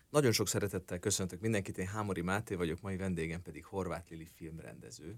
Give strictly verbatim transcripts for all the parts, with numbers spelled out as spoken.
Nagyon sok szeretettel köszöntök mindenkit, én Hámori Máté vagyok, mai vendégem pedig Horváth Lili filmrendező.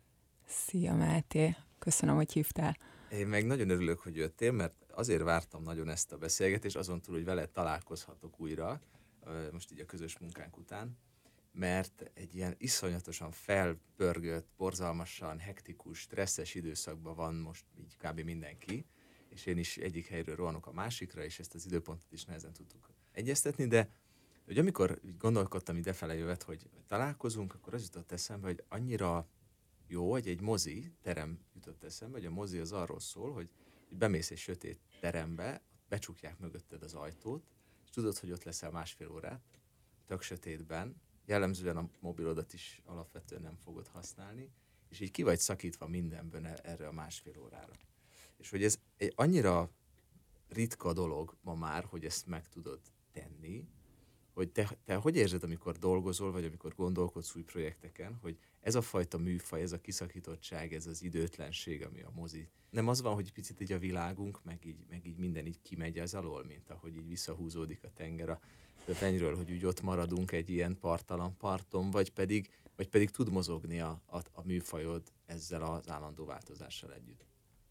Szia Máté, köszönöm, hogy hívtál. Én meg nagyon örülök, hogy jöttél, mert azért vártam nagyon ezt a beszélgetést, azon túl, hogy veled találkozhatok újra, most így a közös munkánk után, mert egy ilyen iszonyatosan felpörgött, borzalmasan hektikus, stresszes időszakban van most így kb. Mindenki, és én is egyik helyről rohanok a másikra, és ezt az időpontot is nehezen tudtuk egyeztetni, de hogy amikor gondolkodtam idefele jövet, hogy találkozunk, akkor az jutott eszembe, hogy annyira jó, hogy egy mozi terem jutott eszembe, hogy a mozi az arról szól, hogy bemész egy sötét terembe, becsukják mögötted az ajtót, és tudod, hogy ott leszel másfél órát, tök sötétben, jellemzően a mobilodat is alapvetően nem fogod használni, és így ki vagy szakítva mindenben erre a másfél órára. És hogy ez egy annyira ritka dolog ma már, hogy ezt meg tudod tenni, hogy te, te hogy érzed, amikor dolgozol, vagy amikor gondolkodsz új projekteken, hogy ez a fajta műfaj, ez a kiszakítottság, ez az időtlenség, ami a mozi. Nem az van, hogy picit így a világunk, meg így, meg így minden így kimegy az alól, mint ahogy így visszahúzódik a tenger a fenyről, hogy úgy ott maradunk egy ilyen parttalan parton, vagy pedig, vagy pedig tud mozogni a, a, a műfajod ezzel az állandó változással együtt.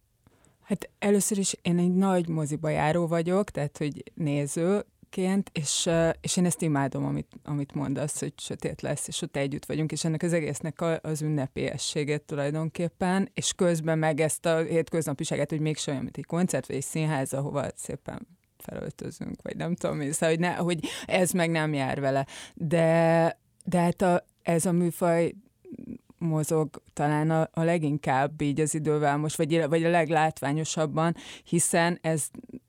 Hát először is én egy nagy moziba járó vagyok, tehát hogy néző, Ként, és, és én ezt imádom, amit, amit mondasz, hogy sötét lesz, és ott együtt vagyunk, és ennek az egésznek a, az ünnepélyességét tulajdonképpen, és közben meg ezt a hétköznapiságát, hogy mégsem olyan, mint egy koncert, vagy egy színház, ahova szépen felöltözünk, vagy nem tudom, szóval, hogy, ne, hogy ez meg nem jár vele. De, de hát a, ez a műfaj mozog talán a, a leginkább így az idővel most, vagy, vagy a leglátványosabban, hiszen ez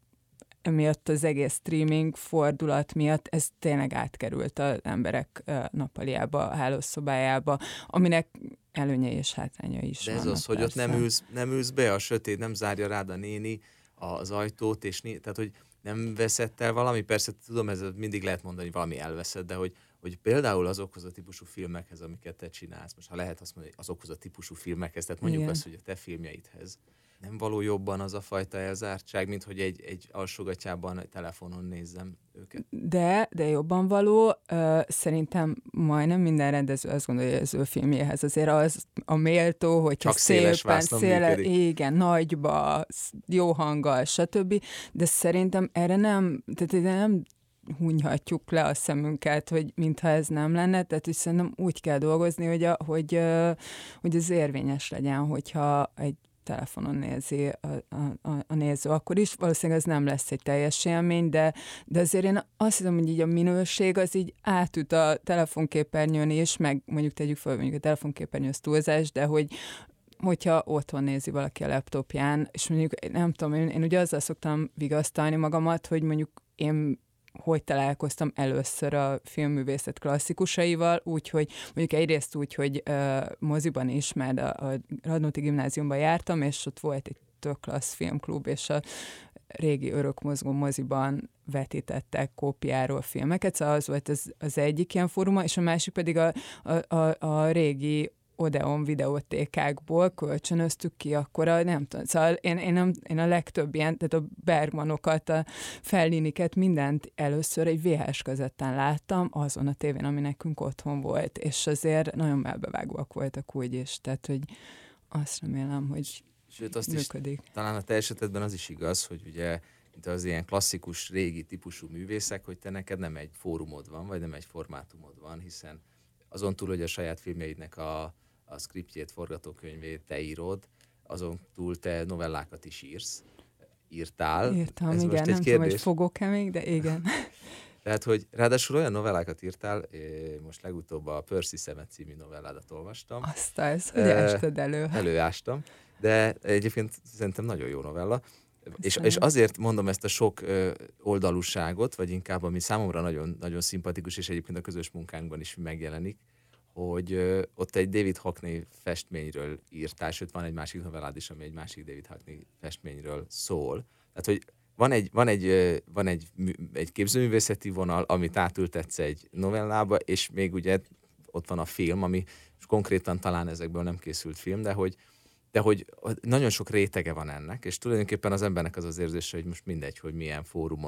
emiatt az egész streaming fordulat miatt ez tényleg átkerült az emberek nappaliába, a hálószobájába, aminek előnyei és hátrányai is De ez vannak, az, hogy persze. ott nem ülsz, nem ülsz be a sötét, nem zárja rád a néni az ajtót, és né- tehát, hogy nem veszed el valami, persze tudom, ez mindig lehet mondani, hogy valami elveszed, de hogy, hogy például azokhoz a típusú filmekhez, amiket te csinálsz, most ha lehet azt mondani, azokhoz a típusú filmekhez, tehát mondjuk Igen. azt, hogy a te filmjeidhez nem való jobban az a fajta elzártság, mint hogy egy, egy alsógatyában, egy telefonon nézzem őket. De, de jobban való. Uh, szerintem majdnem minden rendező azt gondolja, hogy az ő filmjéhez azért az a méltó, hogy csak széles vásznon működik. Igen, nagyba, jó hanggal, stb. De szerintem erre nem, tehát ide nem hunyhatjuk le a szemünket, hogy mintha ez nem lenne, tehát hogy szerintem úgy kell dolgozni, hogy, a, hogy, uh, hogy az érvényes legyen, hogyha egy telefonon nézi a, a, a néző, akkor is valószínűleg ez nem lesz egy teljes élmény, de, de azért én azt hiszem, hogy így a minőség az így átüt a telefonképernyőn is, meg mondjuk tegyük fel, mondjuk a telefonképernyő az túlzás, de hogy hogyha otthon nézi valaki a laptopján, és mondjuk nem tudom, én, én ugye azzal szoktam vigasztalni magamat, hogy mondjuk én hogy találkoztam először a filmművészet klasszikusaival, úgyhogy mondjuk egyrészt úgy, hogy uh, moziban is, mert a, a Radnóti Gimnáziumban jártam, és ott volt egy tök klassz filmklub, és a régi örökmozgó moziban vetítettek kópiáról filmeket, szóval az volt az, az egyik ilyen fóruma, és a másik pedig a, a, a, a régi Odeon videótékákból kölcsönöztük ki, akkor a, nem tudom, szóval én, én, nem, én a legtöbb ilyen, tehát a Bergmanokat, a Felliniket, mindent először egy vé há es kazettán láttam, azon a tévén, ami nekünk otthon volt, és azért nagyon melbevágóak voltak úgy is, tehát hogy azt remélem, hogy Sőt, azt működik. Is, talán a te esetedben az is igaz, hogy ugye mint az ilyen klasszikus, régi típusú művészek, hogy te neked nem egy fórumod van, vagy nem egy formátumod van, hiszen azon túl, hogy a saját filmjeidnek a a szkriptjét, forgatókönyvét te írod, azon túl te novellákat is írsz, írtál. Írtam, Ez igen, most egy nem kérdés. tudom, hogy fogok-e még, de igen. Tehát, hogy ráadásul olyan novellákat írtál, most legutóbb a Percy Szemet című novelládat olvastam. Azt az, hogy ested elő. Előástam, de egyébként szerintem nagyon jó novella. És, és azért mondom ezt a sok ö, oldalúságot, vagy inkább, ami számomra nagyon, nagyon szimpatikus, és egyébként a közös munkánkban is megjelenik, hogy ö, ott egy David Hockney festményről írtál, sőt van egy másik novellád is, ami egy másik David Hockney festményről szól. Tehát, hogy van egy, van egy, ö, van egy, egy képzőművészeti vonal, amit átültetsz egy novellába, és még ugye ott van a film, ami konkrétan talán ezekből nem készült film, de hogy, de hogy nagyon sok rétege van ennek, és tulajdonképpen az embernek az az érzése, hogy most mindegy, hogy milyen fórumon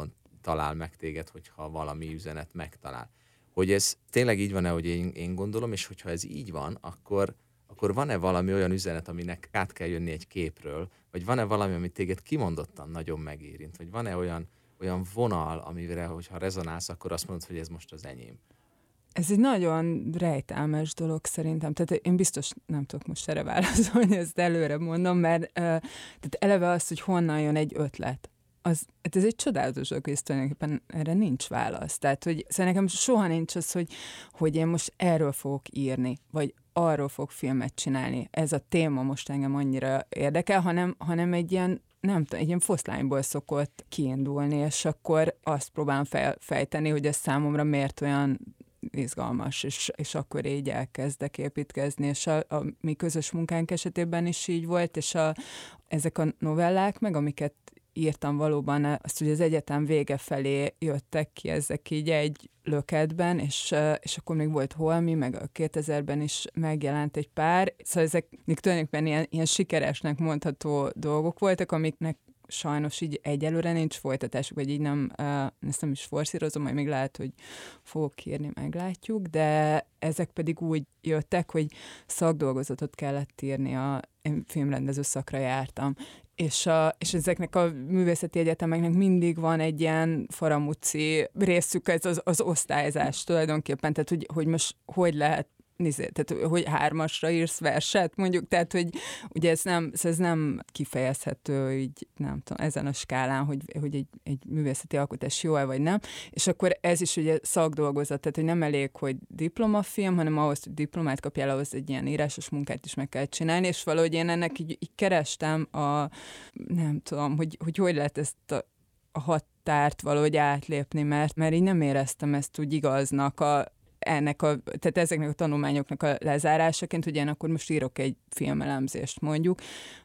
talál meg téged, hogyha valami üzenet megtalál. Hogy ez tényleg így van-e, hogy én, én gondolom, és hogyha ez így van, akkor, akkor van-e valami olyan üzenet, aminek át kell jönni egy képről, vagy van-e valami, ami téged kimondottan nagyon megérint, vagy van-e olyan, olyan vonal, amire, hogyha rezonálsz, akkor azt mondod, hogy ez most az enyém. Ez egy nagyon rejtelmes dolog szerintem. Tehát én biztos nem tudok most erre válaszolni, ezt előre mondom, mert uh, tehát eleve az, hogy honnan jön egy ötlet. Az, hát ez egy csodálatos dolog, hogy tulajdonképpen erre nincs válasz. Tehát, hogy szóval nekem soha nincs az, hogy, hogy én most erről fogok írni, vagy arról fogok filmet csinálni. Ez a téma most engem annyira érdekel, hanem, hanem egy ilyen nem tudom, egy ilyen foszlányból szokott kiindulni, és akkor azt próbálom fel, fejteni, hogy ez számomra miért olyan izgalmas, és, és akkor így elkezdek építkezni, és a, a mi közös munkánk esetében is így volt, és a, ezek a novellák meg, amiket írtam valóban, azt ugye az egyetem vége felé jöttek ki ezek így egy löketben, és, és akkor még volt Holmi, meg a kétezerben is megjelent egy pár, szóval ezek még tulajdonképpen ilyen, ilyen sikeresnek mondható dolgok voltak, amiknek sajnos így egyelőre nincs folytatásuk, vagy így nem, ezt nem is forszírozom, majd még lehet, hogy fogok írni, meglátjuk, de ezek pedig úgy jöttek, hogy szakdolgozatot kellett írni, a, én filmrendező szakra jártam, és, a, és ezeknek a művészeti egyetemeknek mindig van egy ilyen faramúci részük, ez az, az osztályzás tulajdonképpen, tehát hogy, hogy most hogy lehet tehát, hogy hármasra írsz verset, mondjuk, tehát, hogy ugye ez nem, ez nem kifejezhető így, nem tudom, ezen a skálán, hogy, hogy egy, egy művészeti alkotás jó-e vagy nem, és akkor ez is ugye szakdolgozat, tehát, hogy nem elég, hogy diplomafilm, hanem ahhoz, hogy diplomát kapjál, ahhoz egy ilyen írásos munkát is meg kell csinálni, és valahogy én ennek így, így kerestem a, nem tudom, hogy hogy, hogy lehet ezt a, a határt valahogy átlépni, mert, mert így nem éreztem ezt úgy igaznak a ennek a, tehát ezeknek a tanulmányoknak a lezárásaként, hogy én akkor most írok egy filmelemzést mondjuk.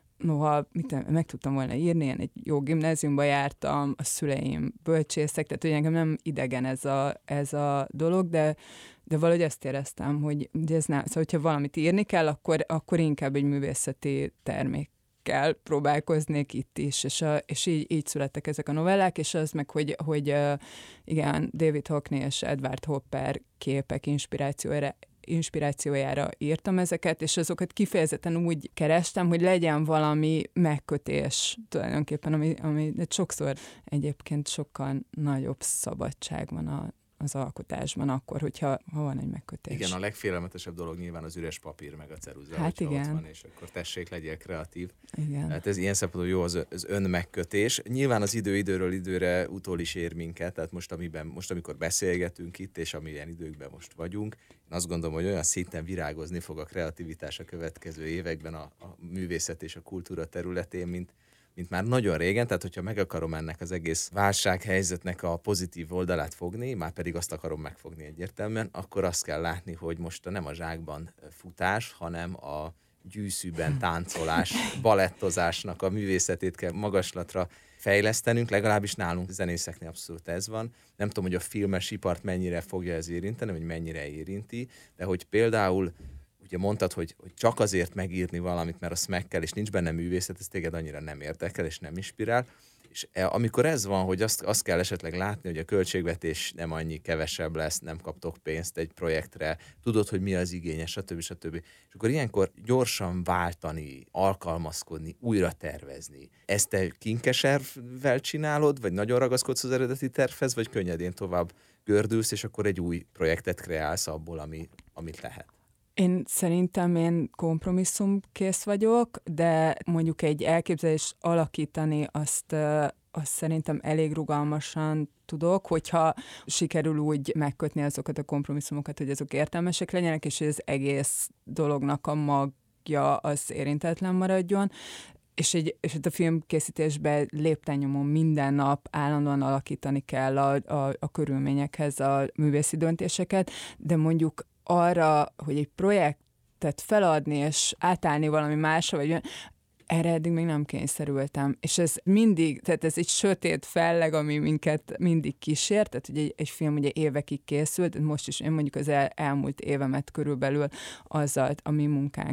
Noha mit, meg tudtam volna írni, én egy jó gimnáziumba jártam, a szüleim bölcsészek, tehát hogy engem nem idegen ez a, ez a dolog, de, de valahogy ezt éreztem, hogy ez nem, szóval hogyha valamit írni kell, akkor, akkor inkább egy művészeti termék kell próbálkoznék itt is, és, a, és így, így születtek ezek a novellák, és az meg, hogy, hogy uh, igen, David Hockney és Edward Hopper képek inspirációjára, inspirációjára írtam ezeket, és azokat kifejezetten úgy kerestem, hogy legyen valami megkötés tulajdonképpen, ami, ami sokszor egyébként sokkal nagyobb szabadság van a az alkotásban akkor, hogyha ha van egy megkötés. Igen, a legfélelmetesebb dolog nyilván az üres papír meg a ceruza, hát igen. Ott van, és akkor tessék, legyél kreatív. Igen. Hát ez ilyen szempontból jó az, az önmegkötés. Nyilván az idő időről időre utol is ér minket, tehát most, amiben, most amikor beszélgetünk itt, és amilyen időkben most vagyunk, én azt gondolom, hogy olyan szinten virágozni fog a kreativitás a következő években a, a művészet és a kultúra területén, mint mint már nagyon régen, tehát hogyha meg akarom ennek az egész válsághelyzetnek a pozitív oldalát fogni, már pedig azt akarom megfogni egyértelműen, akkor azt kell látni, hogy most nem a zsákban futás, hanem a gyűszűben táncolás, balettozásnak a művészetét kell magaslatra fejlesztenünk, legalábbis nálunk zenészeknél abszolút ez van. Nem tudom, hogy a filmes ipart mennyire fogja ez érinteni, vagy mennyire érinti, de hogy például ugye mondtad, hogy, hogy csak azért megírni valamit, mert azt meg kell, és nincs benne művészet, ez téged annyira nem érdekel, és nem inspirál. És amikor ez van, hogy azt, azt kell esetleg látni, hogy a költségvetés nem annyi kevesebb lesz, nem kaptok pénzt egy projektre, tudod, hogy mi az igényes, stb. stb. És akkor ilyenkor gyorsan váltani, alkalmazkodni, újra tervezni. Ezt te kinkeservvel csinálod, vagy nagyon ragaszkodsz az eredeti tervhez, vagy könnyedén tovább gördülsz, és akkor egy új projektet kreálsz abból, ami, amit lehet? Én szerintem én kompromisszumkész vagyok, de mondjuk egy elképzelést alakítani azt, azt szerintem elég rugalmasan tudok, hogyha sikerül úgy megkötni azokat a kompromisszumokat, hogy azok értelmesek legyenek, és hogy az egész dolognak a magja az érintetlen maradjon. És, egy, és a filmkészítésben lépten-nyomon minden nap állandóan alakítani kell a, a, a körülményekhez a művészi döntéseket, de mondjuk arra, hogy egy projektet feladni és átállni valami másra, vagy erre eddig még nem kényszerültem. És ez mindig, tehát ez egy sötét felleg, ami minket mindig kísért, tehát ugye egy, egy film ugye évekig készült, most is én mondjuk az el, elmúlt évemet körülbelül azzal, a mi munkánk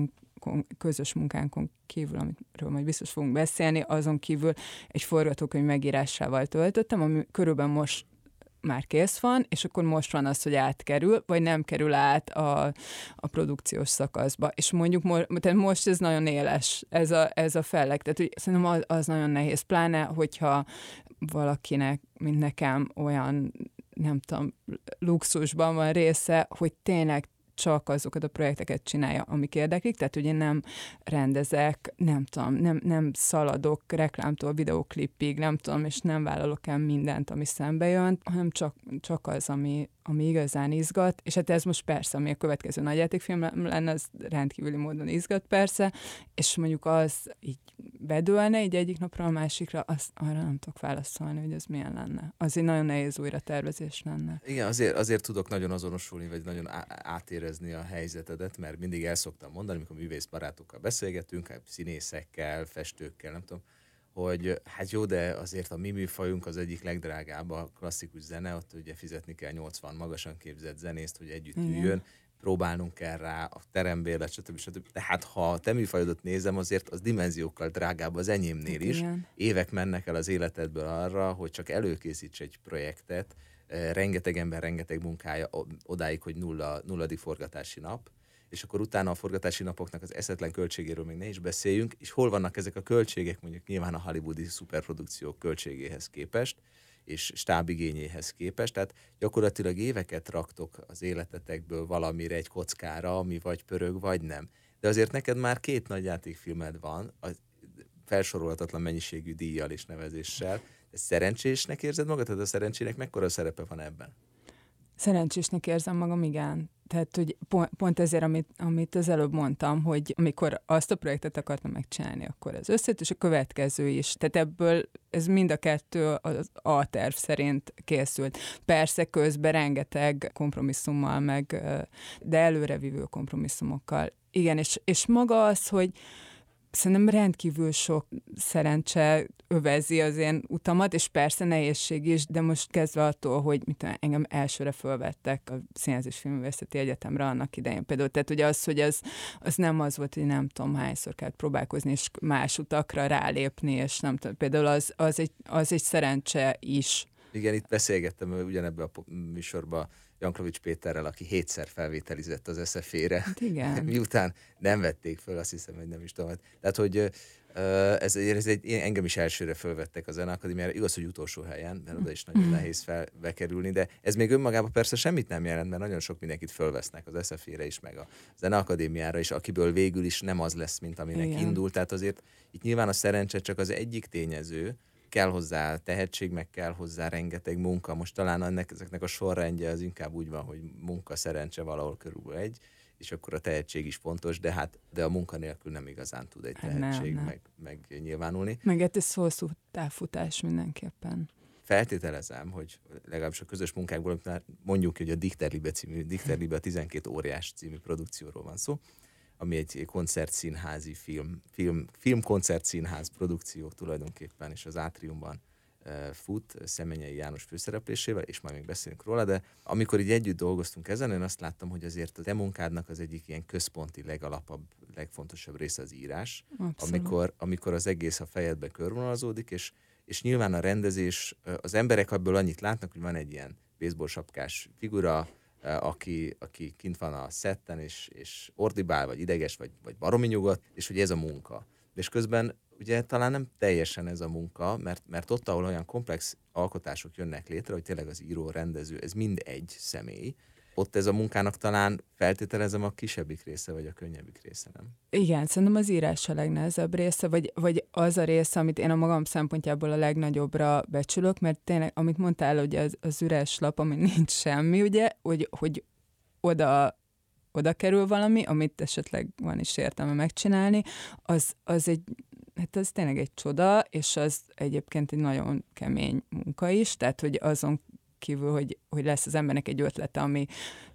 munkánkon, közös munkánkon kívül, amiről majd biztos fogunk beszélni, azon kívül egy forgatókönyv megírásával töltöttem, ami körülbelül most már kész van, és akkor most van az, hogy átkerül, vagy nem kerül át a, a produkciós szakaszba. És mondjuk mo- tehát most ez nagyon éles, ez a, ez a felleg. Tehát hogy szerintem az, az nagyon nehéz, pláne, hogyha valakinek, mint nekem, olyan, nem tudom, luxusban van része, hogy tényleg csak azokat a projekteket csinálja, amik érdeklik, tehát ugye nem rendezek, nem tudom, nem, nem szaladok reklámtól videóklipig, nem tudom, és nem vállalok el mindent, ami szembe jön, hanem csak, csak az, ami, ami igazán izgat, és hát ez most persze, ami a következő nagyjátékfilm lenne, az rendkívüli módon izgat persze, és mondjuk az így bedőlne így egyik napra a másikra, azt arra nem tudok válaszolni, hogy ez milyen lenne. Az egy nagyon nehéz újra tervezés lenne. Igen, azért, azért tudok nagyon azonosulni, vagy nagyon átérezni a helyzetedet, mert mindig el szoktam mondani, amikor művész barátokkal beszélgetünk, színészekkel, festőkkel, nem tudom, hogy hát jó, de azért a mi műfajunk az egyik legdrágább, a klasszikus zene, ott ugye fizetni kell nyolcvan magasan képzett zenészt, hogy együtt Igen. üljön, próbálnunk kell rá, a terembérlet, stb. stb. Tehát ha a te műfajodat nézem, azért az dimenziókkal drágább az enyémnél is. Igen. Évek mennek el az életedből arra, hogy csak előkészíts egy projektet, rengeteg ember, rengeteg munkája odáig, hogy nulla, nulladik forgatási nap, és akkor utána a forgatási napoknak az eszetlen költségéről még ne is beszéljünk, és hol vannak ezek a költségek, mondjuk nyilván a hollywoodi szuperprodukciók költségéhez képest, és stábigényéhez képest, tehát gyakorlatilag éveket raktok az életetekből valamire, egy kockára, ami vagy pörög, vagy nem. De azért neked már két nagy játékfilmed van, a felsorolhatatlan mennyiségű díjjal és nevezéssel. De szerencsésnek érzed magad? Tehát a szerencsének mekkora szerepe van ebben? Szerencsésnek érzem magam, igen. Tehát, hogy pont, pont ezért, amit, amit az előbb mondtam, hogy amikor azt a projektet akartam megcsinálni, akkor ez összejött, és a következő is. Tehát ebből ez mind a kettő az A-terv szerint készült. Persze közben rengeteg kompromisszummal, meg, de előrevívő kompromisszumokkal. Igen, és, és maga az, hogy szerintem rendkívül sok szerencse övezi az én utamat, és persze nehézség is, de most kezdve attól, hogy mit engem elsőre fölvettek a Színház és Filmművészeti Egyetemre annak idején például. Tehát ugye az, hogy az, az nem az volt, hogy nem tudom hányszor kellett próbálkozni, és más utakra rálépni, és nem tudom, például az, az, egy, az egy szerencse is. Igen, itt beszélgettem ugyanebben a műsorban Jankovics Péterrel, aki hétszer felvételizett az es ef é-re. Hát igen. Miután nem vették föl, azt hiszem, hogy nem is tudom. Tehát, hogy ez, ez egy, engem is elsőre fölvettek a Zeneakadémiára, igaz, hogy utolsó helyen, mert oda is nagyon nehéz fel, bekerülni, de ez még önmagában persze semmit nem jelent, mert nagyon sok mindenkit fölvesznek az es ef é-re is, meg a Zeneakadémiára is, akiből végül is nem az lesz, mint aminek igen. indult. Tehát azért itt nyilván a szerencse csak az egyik tényező, kell hozzá tehetség, meg kell hozzá rengeteg munka. Most talán ennek, ezeknek a sorrendje az inkább úgy van, hogy munka, szerencse valahol körülbelül egy, és akkor a tehetség is fontos, de hát de a munka nélkül nem igazán tud egy tehetség nem, nem. Meg, meg nyilvánulni. Meg ez hosszú távfutás mindenképpen. Feltételezem, hogy legalábbis a közös munkákból, mondjuk, hogy a Dichterliebe című, Dichterliebe a tizenkét óriás című produkcióról van szó, ami egy koncertszínházi film, film, film-koncertszínház produkció tulajdonképpen, és az Átriumban e, fut Szemenyei János főszereplésével, és majd még beszélünk róla, de amikor így együtt dolgoztunk ezen, én azt láttam, hogy azért a te munkádnak az egyik ilyen központi, legalapabb, legfontosabb része az írás, amikor, amikor az egész a fejedbe körvonalazódik, és, és nyilván a rendezés, az emberek abból annyit látnak, hogy van egy ilyen baseball sapkás figura, Aki, aki kint van a szetten, és, és ordibál, vagy ideges, vagy, vagy baromi nyugodt, és hogy ez a munka. És közben ugye talán nem teljesen ez a munka, mert, mert ott, ahol olyan komplex alkotások jönnek létre, hogy tényleg az író, rendező, ez mind egy személy, ott ez a munkának talán feltételezem a kisebbik része, vagy a könnyebbik része, nem? Igen, szerintem az írás a legnehezebb része, vagy, vagy az a része, amit én a magam szempontjából a legnagyobbra becsülök, mert tényleg, amit mondtál, hogy az, az üres lap, ami nincs semmi, ugye, hogy, hogy oda, oda kerül valami, amit esetleg van is értelme megcsinálni, az, az egy, hát az tényleg egy csoda, és az egyébként egy nagyon kemény munka is, tehát, hogy azon kívül, hogy, hogy lesz az embernek egy ötlete, ami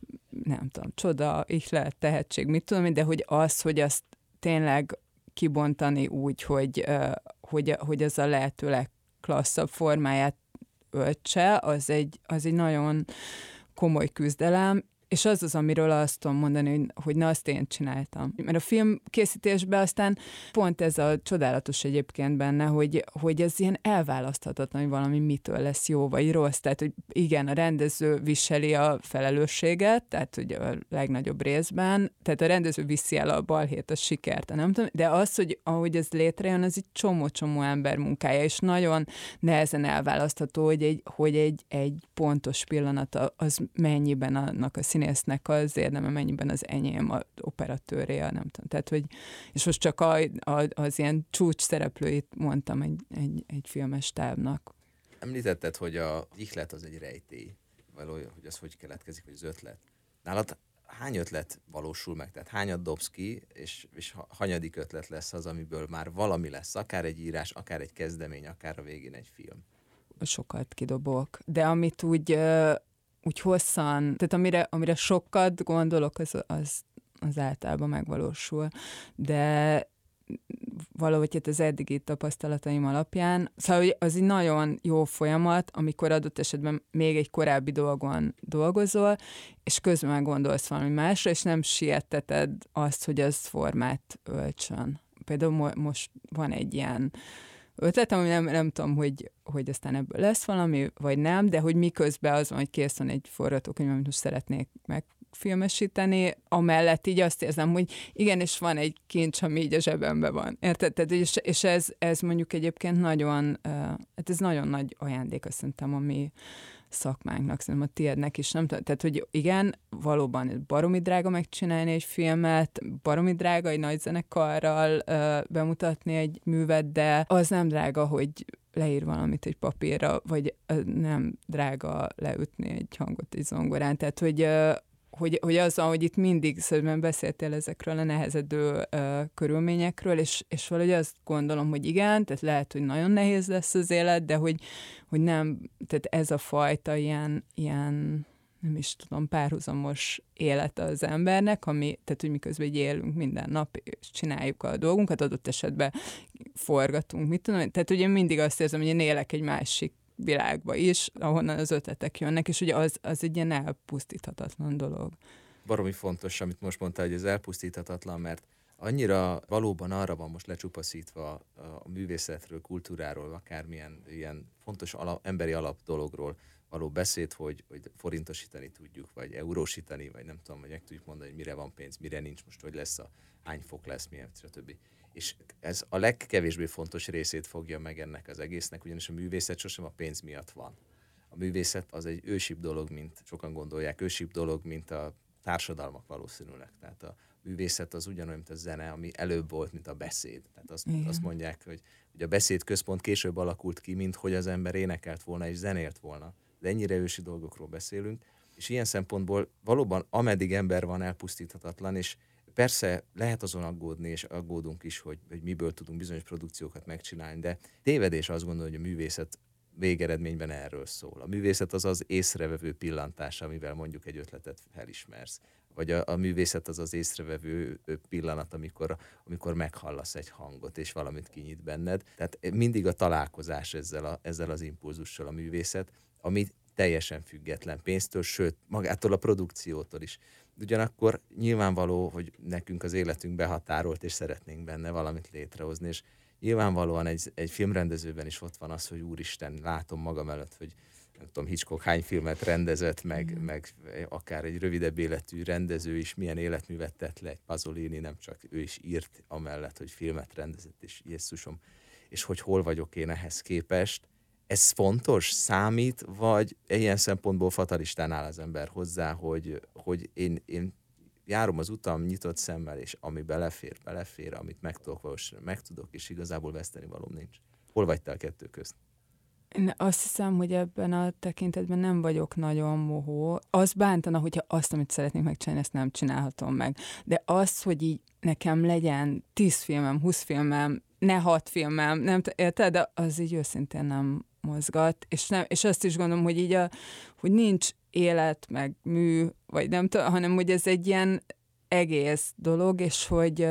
nem tudom, csoda, ihlet, tehetség, mit tudom, de hogy az, hogy azt tényleg kibontani úgy, hogy, hogy, hogy az a lehető legklasszabb formáját öltse, az egy, az egy nagyon komoly küzdelem, és az az, amiről azt tudom mondani, hogy, hogy na, azt én csináltam. Mert a film készítésben aztán pont ez a csodálatos egyébként benne, hogy, hogy ez ilyen elválaszthatatlan, hogy valami mitől lesz jó vagy rossz. Tehát, hogy igen, a rendező viseli a felelősséget, tehát hogy a legnagyobb részben, tehát a rendező viszi el a balhét, a sikert, nem tudom, de az, hogy ahogy ez létrejön, az egy csomó-csomó ember munkája, és nagyon nehezen elválasztható, hogy egy, hogy egy, egy pontos pillanat az mennyiben annak a színésznek az érdeme, mennyiben az enyém, az operatőré, nem tudom. Tehát, hogy, és most csak a, a, az ilyen csúcs szereplőit mondtam egy, egy, egy filmes távnak. Említetted, hogy a ihlet az egy rejtély, valójában, hogy az hogy keletkezik, hogy az ötlet. Nálad hány ötlet valósul meg? Tehát hányat dobsz ki, és, és hanyadik ötlet lesz az, amiből már valami lesz, akár egy írás, akár egy kezdemény, akár a végén egy film? Sokat kidobok, de amit úgy, úgy hosszan, tehát amire, amire sokat gondolok, az, az, az általában megvalósul, de valahogy hát az eddigi tapasztalataim alapján, szóval hogy az egy nagyon jó folyamat, amikor adott esetben még egy korábbi dolgon dolgozol, és közben már gondolsz valami másra, és nem sietteted azt, hogy az formát öltsön. Például mo- most van egy ilyen ötletem, ami nem, nem tudom, hogy, hogy aztán ebből lesz valami, vagy nem, de hogy miközben az van, hogy kész van egy forgatókönyv, amit most szeretnék megfilmesíteni, amellett így azt érzem, hogy igen, és van egy kincs, ami így a zsebemben van. Érted? Tehát, és, és ez, ez mondjuk egyébként nagyon, hát ez nagyon nagy ajándék, azt szerintem, ami szakmánknak, szerintem a tiédnek is, nem tudom. Tehát, hogy igen, valóban baromi drága megcsinálni egy filmet, baromi drága egy nagy zenekarral uh, bemutatni egy művet, de az nem drága, hogy leír valamit egy papírra, vagy uh, nem drága leütni egy hangot egy zongorán. Tehát, hogy uh, Hogy, hogy az, hogy itt mindig szóval beszéltél ezekről a nehezedő uh, körülményekről, és, és valahogy azt gondolom, hogy igen, tehát lehet, hogy nagyon nehéz lesz az élet, de hogy, hogy nem, tehát ez a fajta ilyen, ilyen, nem is tudom, párhuzamos élet az embernek, ami, tehát hogy miközben így élünk minden nap, és csináljuk a dolgunkat, adott esetben forgatunk, mit tudom, tehát ugye mindig azt érzem, hogy én élek egy másik világba is, ahonnan az ötletek jönnek, és ugye az, az egy ilyen elpusztíthatatlan dolog. Baromi fontos, amit most mondtál, hogy ez elpusztíthatatlan, mert annyira valóban arra van most lecsupaszítva a művészetről, kultúráról, akármilyen ilyen fontos alap, emberi alap dologról való beszéd, hogy, hogy forintosítani tudjuk, vagy eurósítani, vagy nem tudom, hogy meg tudjuk mondani, hogy mire van pénz, mire nincs, most hogy lesz a hány fok lesz, milyen, stb. És ez a legkevésbé fontos részét fogja meg ennek az egésznek, ugyanis a művészet sosem a pénz miatt van. A művészet az egy ősibb dolog, mint sokan gondolják, ősibb dolog, mint a társadalmak valószínűleg. Tehát a művészet az ugyanolyan, mint a zene, ami előbb volt, mint a beszéd. Tehát azt, azt mondják, hogy, hogy a beszédközpont később alakult ki, mint hogy az ember énekelt volna és zenélt volna. De ennyire ősi dolgokról beszélünk, és ilyen szempontból valóban ameddig ember van, elpusztíthatatlan, és persze lehet azon aggódni, és aggódunk is, hogy, hogy miből tudunk bizonyos produkciókat megcsinálni, de tévedés azt gondolni, hogy a művészet végeredményben erről szól. A művészet az az észrevevő pillantás, amivel mondjuk egy ötletet felismersz. Vagy a, a művészet az az észrevevő pillanat, amikor, amikor meghallasz egy hangot, és valamit kinyit benned. Tehát mindig a találkozás ezzel, a, ezzel az impulzussal a művészet, ami teljesen független pénztől, sőt, magától a produkciótól is. Ugyanakkor nyilvánvaló, hogy nekünk az életünk behatárolt, és szeretnénk benne valamit létrehozni, és nyilvánvalóan egy, egy filmrendezőben is ott van az, hogy úristen, látom magam előtt, hogy nem tudom, Hitchcock hány filmet rendezett, meg, mm. meg akár egy rövidebb életű rendező is milyen életművet tett le, egy Pasolini, nem csak ő is írt amellett, hogy filmet rendezett, és Jézusom, és hogy hol vagyok én ehhez képest. Ez fontos, számít, vagy ilyen szempontból fatalistán áll az ember hozzá, hogy, hogy én, én járom az utam nyitott szemmel, és ami belefér, belefér, amit meg tudok valósítani, meg tudok, és igazából veszteni valóm nincs. Hol vagy te a kettő közt? Én azt hiszem, hogy ebben a tekintetben nem vagyok nagyon mohó. Az bántana, hogyha azt, amit szeretnék megcsinálni, ezt nem csinálhatom meg. De az, hogy így nekem legyen tíz filmem, húsz filmem, ne hat filmem, nem érted? De az így őszintén nem mozgat, és, nem, és azt is gondolom, hogy így a, hogy nincs élet, meg mű, vagy nem tudom, hanem hogy ez egy ilyen egész dolog, és hogy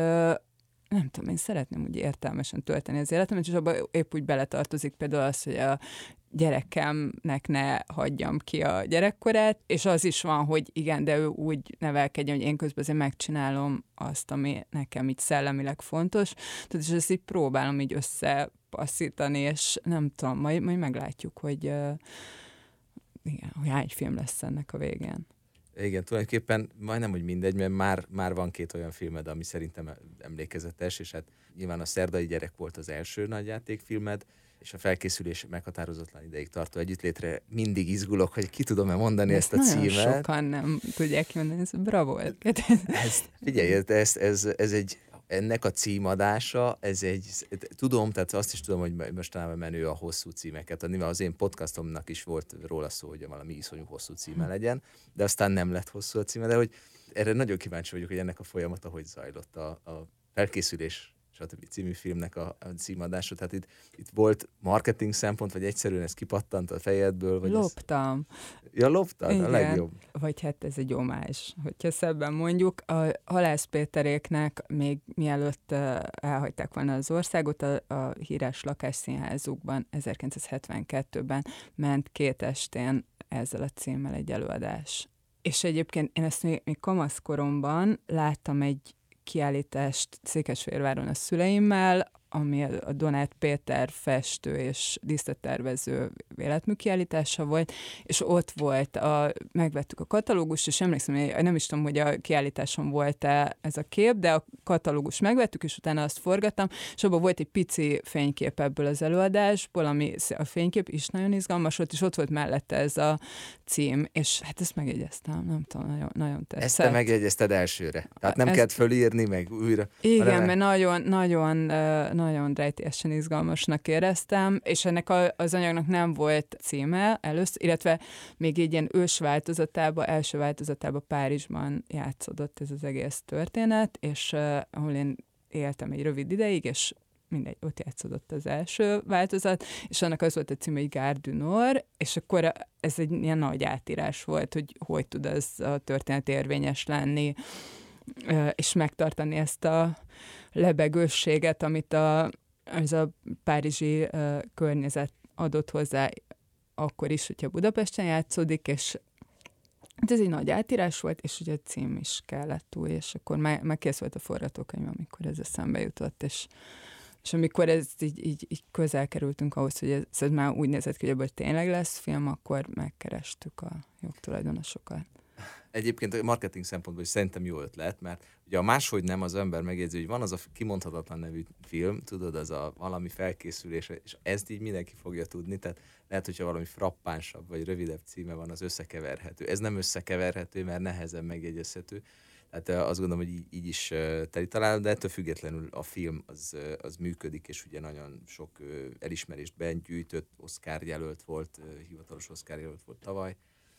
nem tudom, én szeretném úgy értelmesen tölteni az életemet, és abban épp úgy beletartozik például az, hogy a gyerekemnek ne hagyjam ki a gyerekkorát, és az is van, hogy igen, de ő úgy nevelkedjen, hogy én közben azért megcsinálom azt, ami nekem így szellemileg fontos. Tehát és ezt így próbálom így összepasszítani, és nem tudom, majd, majd meglátjuk, hogy uh, igen, hogy hány film lesz ennek a végén. Igen, tulajdonképpen majdnem, hogy mindegy, mert már, már van két olyan filmed, ami szerintem emlékezetes, és hát nyilván a Szerdai gyerek volt az első nagyjátékfilmed, és a felkészülés meghatározatlan ideig tartó együttlétre mindig izgulok, hogy ki tudom-e mondani ezt, ezt a címet. Nagyon sokan nem tudják mondani, ez bravo. Ezt, figyelj, ez, ez, ez egy, ennek a címadása, ez egy, tudom, tehát azt is tudom, hogy mostanában menő a hosszú címeket adni, mert az én podcastomnak is volt róla szó, hogy valami iszonyú hosszú címe legyen, de aztán nem lett hosszú a címe, de hogy erre nagyon kíváncsi vagyok, hogy ennek a folyamata hogy zajlott a, a felkészülés, stb. Című filmnek a, a címadása. Tehát itt, itt volt marketing szempont, vagy egyszerűen ez kipattant a fejedből? Vagy Loptam. Ez... Ja, loptad? Igen. A legjobb. Vagy hát ez egy omázs, hogyha szebben mondjuk. A Halász Péteréknek még mielőtt elhagyták volna az országot, a, a híres lakásszínházukban ezerkilencszázhetvenkettőben ment két estén ezzel a címmel egy előadás. És egyébként én ezt még, még kamaszkoromban láttam egy kiállítást Székesfehérváron a szüleimmel, ami a Donát Péter festő és díszlettervező életmű kiállítása volt, és ott volt, a, megvettük a katalógust, és emlékszem, hogy nem is tudom, hogy a kiállításon volt-e ez a kép, de a katalógust megvettük, és utána azt forgattam, és abban volt egy pici fénykép ebből az előadásból, ami a fénykép is nagyon izgalmas volt, és ott volt mellette ez a cím, és hát ezt megjegyeztem, nem tudom, nagyon, nagyon tetszett. Ezt te megjegyezted elsőre, tehát nem ezt... kellett fölírni, meg újra. Igen, hanem... mert nagyon, nagyon nagyon rejtélyesen izgalmasnak éreztem, és ennek a, az anyagnak nem volt címe először, illetve még egy ilyen ős változatában, első változatában Párizsban játszódott ez az egész történet, és uh, ahol én éltem egy rövid ideig, és mindegy, ott játszódott az első változat, és annak az volt a címe, hogy Gare du Nord, és akkor ez egy ilyen nagy átírás volt, hogy hogy tud ez a történet érvényes lenni, uh, és megtartani ezt a lebegősséget, amit a, ez a párizsi uh, környezet adott hozzá akkor is, hogyha Budapesten játszódik, és ez egy nagy átírás volt, és ugye a cím is kellett új, és akkor már, már kész volt a forgatókönyv, amikor ez eszembe jutott, és, és amikor ez így, így, így közel kerültünk ahhoz, hogy ez, ez már úgy nézett ki, hogy ebből tényleg lesz film, akkor megkerestük a jogtulajdonosokat. Egyébként a marketing szempontból is szerintem jó ötlet, mert ugye a máshogy nem az ember megjegyzi, hogy van az a kimondhatatlan nevű film, tudod, az a valami felkészülés, és ezt így mindenki fogja tudni, tehát lehet, hogyha valami frappánsabb vagy rövidebb címe van, az összekeverhető. Ez nem összekeverhető, mert nehezen megjegyezhető. Tehát azt gondolom, hogy így, így is teli találom, de ettől függetlenül a film az, az működik, és ugye nagyon sok elismerést begyűjtött, Oscar jelölt volt, hivatalos Oscar jelölt volt tavaly.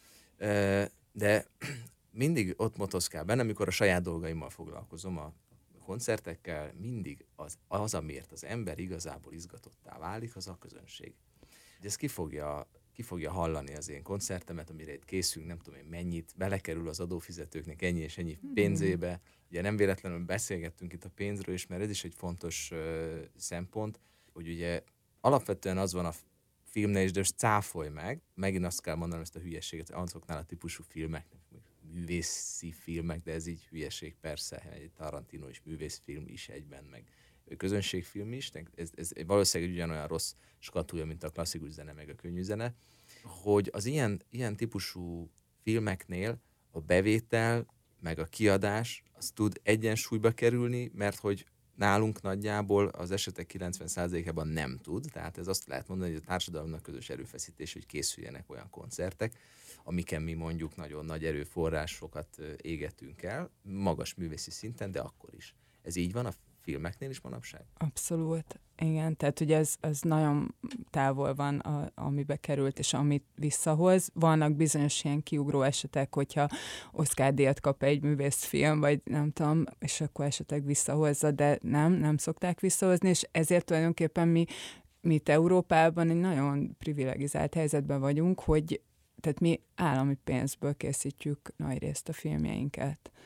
De mindig ott motoszkál bennem, amikor a saját dolgaimmal foglalkozom, a koncertekkel, mindig az, az amiért az ember igazából izgatottá válik, az a közönség. Ugye ezt ki fogja, ki fogja hallani az én koncertemet, amire itt készülünk, nem tudom én mennyit, belekerül az adófizetőknek ennyi és ennyi pénzébe. Ugye nem véletlenül beszélgettünk itt a pénzről is, mert ez is egy fontos uh, szempont, hogy ugye alapvetően az van a filmnél is, de most cáfolj meg, megint azt kell mondanom ezt a hülyeséget, azoknál a típusú filmeknek, művészi filmek, de ez így hülyeség persze, egy Tarantino is művészfilm is egyben, meg közönségfilm is, ez, ez valószínűleg ugyanolyan rossz skatúja, mint a klasszikus zene, meg a könnyű zene, hogy az ilyen, ilyen típusú filmeknél a bevétel, meg a kiadás, az tud egyensúlyba kerülni, mert hogy nálunk nagyjából az esetek kilencven százalékában nem tud, tehát ez azt lehet mondani, hogy a társadalomnak közös erőfeszítés, hogy készüljenek olyan koncertek, amiken mi mondjuk nagyon nagy erőforrásokat égetünk el, magas művészi szinten, de akkor is. Ez így van a filmeknél is manapság? Abszolút, igen. Tehát ugye ez, ez nagyon távol van, a, amibe került, és amit visszahoz. Vannak bizonyos ilyen kiugró esetek, hogyha Oscar-díjat kap egy művészfilm, vagy nem tudom, és akkor esetleg visszahozza, de nem, nem szokták visszahozni, és ezért tulajdonképpen mi, mi itt Európában egy nagyon privilegizált helyzetben vagyunk, hogy tehát mi állami pénzből készítjük nagyrészt a filmjeinket.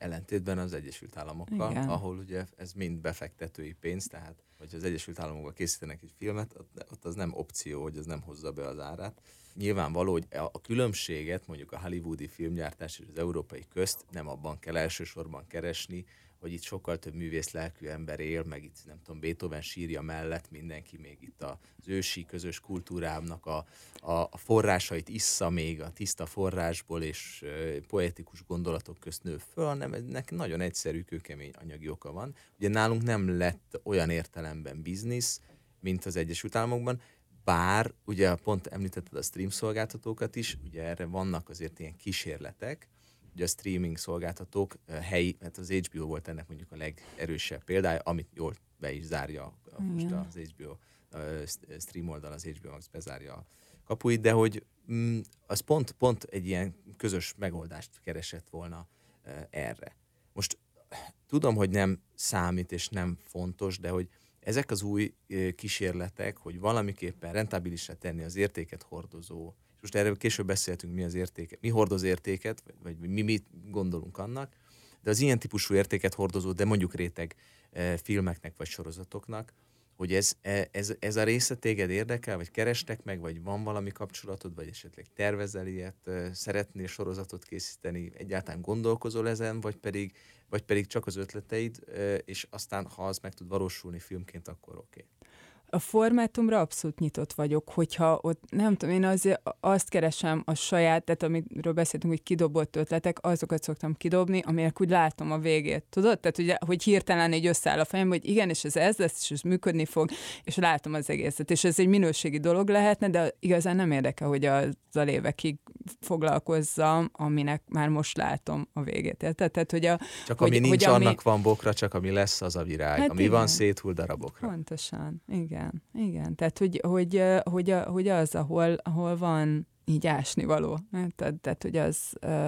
ellentétben az Egyesült Államokkal, Igen. ahol ugye ez mind befektetői pénz, tehát hogy az Egyesült Államokban készítenek egy filmet, ott az nem opció, hogy ez nem hozza be az árát. Nyilvánvaló, hogy a különbséget mondjuk a hollywoodi filmgyártás és az európai közt nem abban kell elsősorban keresni, hogy itt sokkal több művész lelkű ember él, meg itt nem tudom, Beethoven sírja mellett mindenki még itt az ősi közös kultúrámnak a, a, a forrásait issza még a tiszta forrásból és uh, poetikus gondolatok közt nő föl, hanem ennek nagyon egyszerű, kőkemény anyagi oka van. Ugye nálunk nem lett olyan értelemben biznisz, mint az Egyesült Államokban, bár ugye pont említetted a stream szolgáltatókat is, ugye erre vannak azért ilyen kísérletek, ugye a streaming szolgáltatók helyi, mert az há bé o volt ennek mondjuk a legerősebb példája, amit jól be is zárja a, most az há bé o a stream oldal, az há bé o Max bezárja a kapuit, de hogy mm, az pont, pont egy ilyen közös megoldást keresett volna erre. Most tudom, hogy nem számít és nem fontos, de hogy ezek az új kísérletek, hogy valamiképpen rentabilisra tenni az értéket hordozó, és most erről később beszéltünk, mi az értéke, mi hordoz értéket, vagy, vagy mi mit gondolunk annak, de az ilyen típusú értéket hordozó, de mondjuk réteg eh, filmeknek vagy sorozatoknak, hogy ez, ez, ez a része téged érdekel, vagy kerestek meg, vagy van valami kapcsolatod, vagy esetleg tervezel ilyet, szeretnél sorozatot készíteni, egyáltalán gondolkozol ezen, vagy pedig, vagy pedig csak az ötleteid, és aztán, ha az meg tud valósulni filmként, akkor oké. Okay. A formátumra abszolút nyitott vagyok, hogyha ott, nem tudom, én azért azt keresem a saját, tehát amiről beszéltünk, hogy kidobott ötletek, azokat szoktam kidobni, amelyek úgy látom a végét, tudod? Tehát ugye, hogy hirtelen így összeáll a fejem, hogy igen, és ez ez lesz, és ez működni fog, és látom az egészet. És ez egy minőségi dolog lehetne, de igazán nem érdekel, hogy azzal évekig foglalkozzam, aminek már most látom a végét. Érted? Tehát, hogy a, csak hogy, ami nincs, hogy annak ami... van bokra, csak ami lesz, az a virág. Hát ami igen. van, széthull darabokra. Pontosan, igen. Igen, igen. Tehát, hogy, hogy, hogy, hogy az, ahol, ahol van így ásnivaló. Tehát, tehát, hogy az,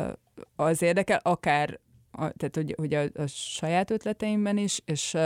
az érdekel, akár tehát, hogy, hogy a, a saját ötleteimben is, és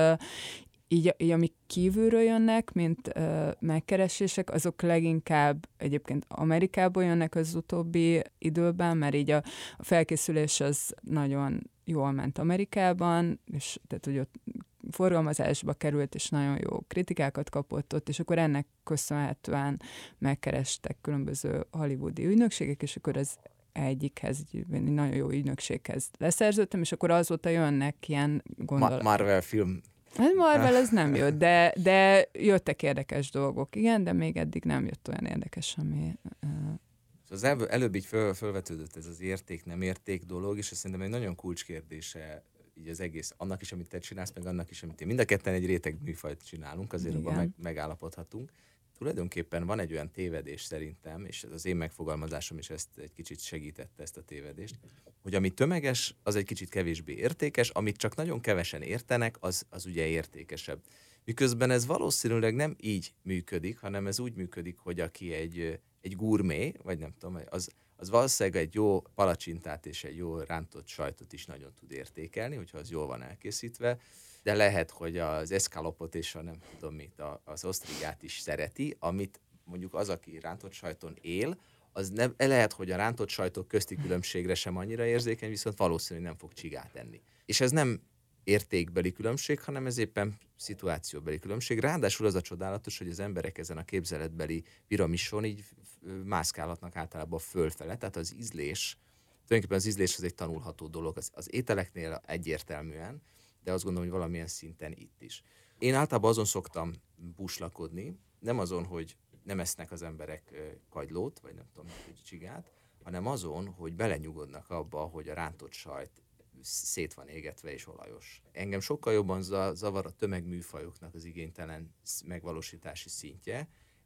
így, így amik kívülről jönnek, mint megkeresések, azok leginkább egyébként Amerikából jönnek az utóbbi időben, mert így a, a felkészülés az nagyon jól ment Amerikában, és tehát, hogy ott forgalmazásba került, és nagyon jó kritikákat kapott ott, és akkor ennek köszönhetően megkerestek különböző hollywoodi ügynökségek, és akkor az egyikhez, egy nagyon jó ügynökséghez leszerződtem, és akkor azóta jönnek ilyen gondolatok. Ma- Marvel film. Hát Marvel az nem jött, de, de jöttek érdekes dolgok, igen, de még eddig nem jött olyan érdekes, ami... Uh... Az el, előbb így föl, fölvetődött ez az érték-nem érték dolog, és ez szerintem egy nagyon kulcskérdése így az egész, annak is, amit te csinálsz, meg annak is, amit én. Mind a ketten egy réteg műfajt csinálunk, azért abban meg, megállapodhatunk. Tulajdonképpen van egy olyan tévedés szerintem, és az én megfogalmazásom is ezt egy kicsit segítette, ezt a tévedést, hogy ami tömeges, az egy kicsit kevésbé értékes, amit csak nagyon kevesen értenek, az, az ugye értékesebb. Miközben ez valószínűleg nem így működik, hanem ez úgy működik, hogy aki egy, egy gurmé, vagy nem tudom, az, az valószínűleg egy jó palacsintát és egy jó rántott sajtot is nagyon tud értékelni, hogyha az jól van elkészítve, de lehet, hogy az eszkalopot és a nem tudom mit, az osztrigát is szereti, amit mondjuk az, aki rántott sajton él, az nem, lehet, hogy a rántott sajtok közti különbségre sem annyira érzékeny, viszont valószínűleg nem fog csigát enni. És ez nem értékbeli különbség, hanem ez éppen szituációbeli különbség. Ráadásul az a csodálatos, hogy az emberek ezen a képzeletbeli piramison így mászkálhatnak általában fölfele, tehát az ízlés, tulajdonképpen az ízlés az egy tanulható dolog, az, az ételeknél egyértelműen, de azt gondolom, hogy valamilyen szinten itt is. Én általában azon szoktam búslakodni, nem azon, hogy nem esznek az emberek kagylót, vagy nem tudom, hogy csigát, hanem azon, hogy belenyugodnak abba, hogy a rántott sajt szét van égetve és olajos. Engem sokkal jobban zavar a tömegműfajoknak az igénytelen megvalósítási szintje,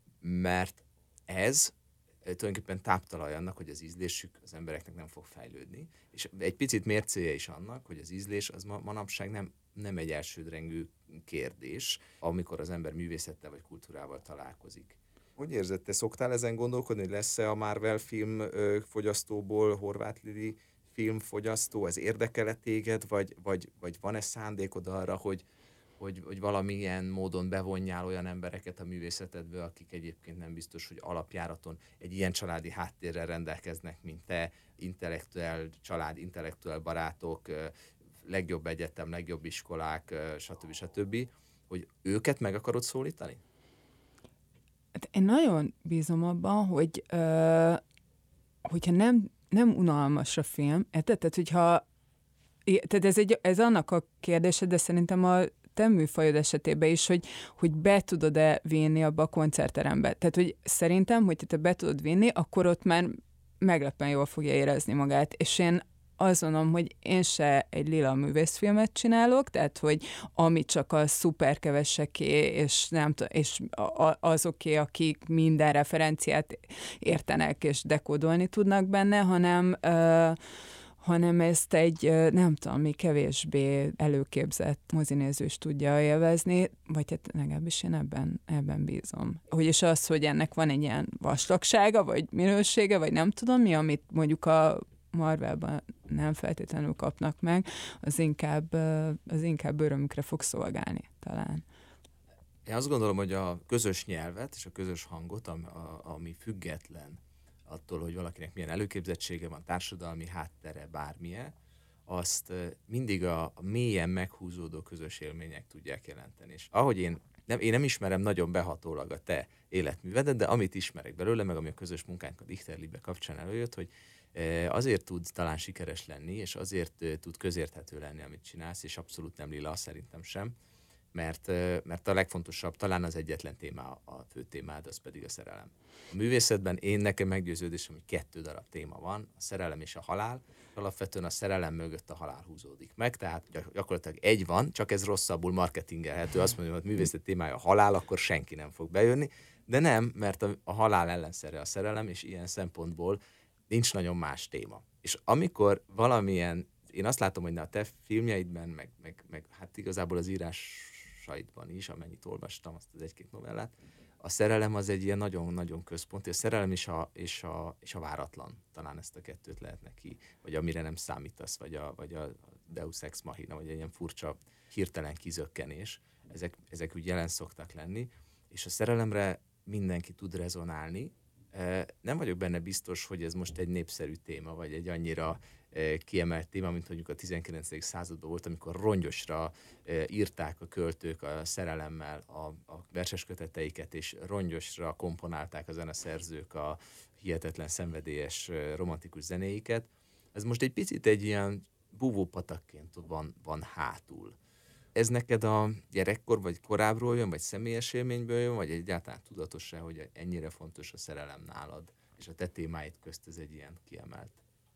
mert ez tulajdonképpen táptalaj annak, hogy az ízlésük az embereknek nem fog fejlődni. És egy picit mércéje is annak, hogy az ízlés az ma, manapság nem, nem egy elsődrendű kérdés, amikor az ember művészettel vagy kultúrával találkozik. Hogy érzed, te szoktál ezen gondolkodni, hogy lesz-e a Marvel film ö, fogyasztóból Horváth Lili filmfogyasztó, ez érdekel téged, vagy, vagy, vagy van-e szándékod arra, hogy, hogy, hogy valamilyen módon bevonjál olyan embereket a művészetedbe, akik egyébként nem biztos, hogy alapjáraton egy ilyen családi háttérrel rendelkeznek, mint te, intellektuál család, intellektuál barátok, legjobb egyetem, legjobb iskolák, stb. stb., hogy őket meg akarod szólítani? Hát én nagyon bízom abban, hogy ö, hogyha nem, nem unalmas a film, érted? Tehát, hogyha tehát ez, egy, ez annak a kérdése, de szerintem a te műfajod esetében is, hogy, hogy be tudod-e vinni abba a koncertterembe. Tehát, hogy szerintem, hogy te be tudod vinni, akkor ott már meglepően jól fogja érezni magát. És én azt mondom, hogy én se egy lila művészfilmet csinálok, tehát, hogy ami csak a szuper keveseké, és, nem t- és azoké, akik minden referenciát értenek, és dekódolni tudnak benne, hanem... Uh, hanem ezt egy, nem tudom, mi kevésbé előképzett mozinéző is tudja élvezni, vagy hát legalábbis én ebben, ebben bízom. Hogy és az, hogy ennek van egy ilyen vastagsága, vagy minősége, vagy nem tudom mi, amit mondjuk a Marvelban nem feltétlenül kapnak meg, az inkább, az inkább örömükre fog szolgálni talán. Én azt gondolom, hogy a közös nyelvet és a közös hangot, ami, ami független attól, hogy valakinek milyen előképzettsége van, társadalmi háttere, bármilyen, azt mindig a, a mélyen meghúzódó közös élmények tudják jelenteni. És ahogy én nem, én nem ismerem nagyon behatólag a te életművedet, de amit ismerek belőle, meg ami a közös munkánk a Dichterliebe kapcsán előjött, hogy azért tud talán sikeres lenni, és azért tud közérthető lenni, amit csinálsz, és abszolút nem lila, szerintem sem, mert, mert a legfontosabb, talán az egyetlen téma, a fő témád, az pedig a szerelem. A művészetben én nekem meggyőződésem, hogy kettő darab téma van, a szerelem és a halál, alapvetően a szerelem mögött a halál húzódik meg, tehát gyakorlatilag egy van, csak ez rosszabbul marketingelhető, azt mondja, hogy a művészet témája a halál, akkor senki nem fog bejönni, de nem, mert a, a halál ellenszere a szerelem, és ilyen szempontból nincs nagyon más téma. És amikor valamilyen, én azt látom, hogy a te filmjeidben, meg, meg, meg hát igazából az írásaidban is, amennyit olvastam, azt az egy-két novellát, a szerelem az egy ilyen nagyon-nagyon központi, a szerelem és a, és, a, és a váratlan, talán ezt a kettőt lehetne ki, vagy amire nem számítasz, vagy a, vagy a Deus Ex Machina, vagy egy ilyen furcsa, hirtelen kizökkenés, ezek, ezek úgy jelen szoktak lenni, és a szerelemre mindenki tud rezonálni. Nem vagyok benne biztos, hogy ez most egy népszerű téma, vagy egy annyira kiemelt téma, mint mondjuk a tizenkilencedik században volt, amikor rongyosra írták a költők a szerelemmel a, a versesköteteiket, és rongyosra komponálták a zeneszerzők a hihetetlen szenvedélyes romantikus zenéiket. Ez most egy picit egy ilyen búvópatakként van, van hátul. Ez neked a gyerekkor, vagy korábbról jön, vagy személyes élményből jön, vagy egyáltalán tudatosság, hogy ennyire fontos a szerelem nálad, és a te témáid közt ez egy ilyen kiemelt?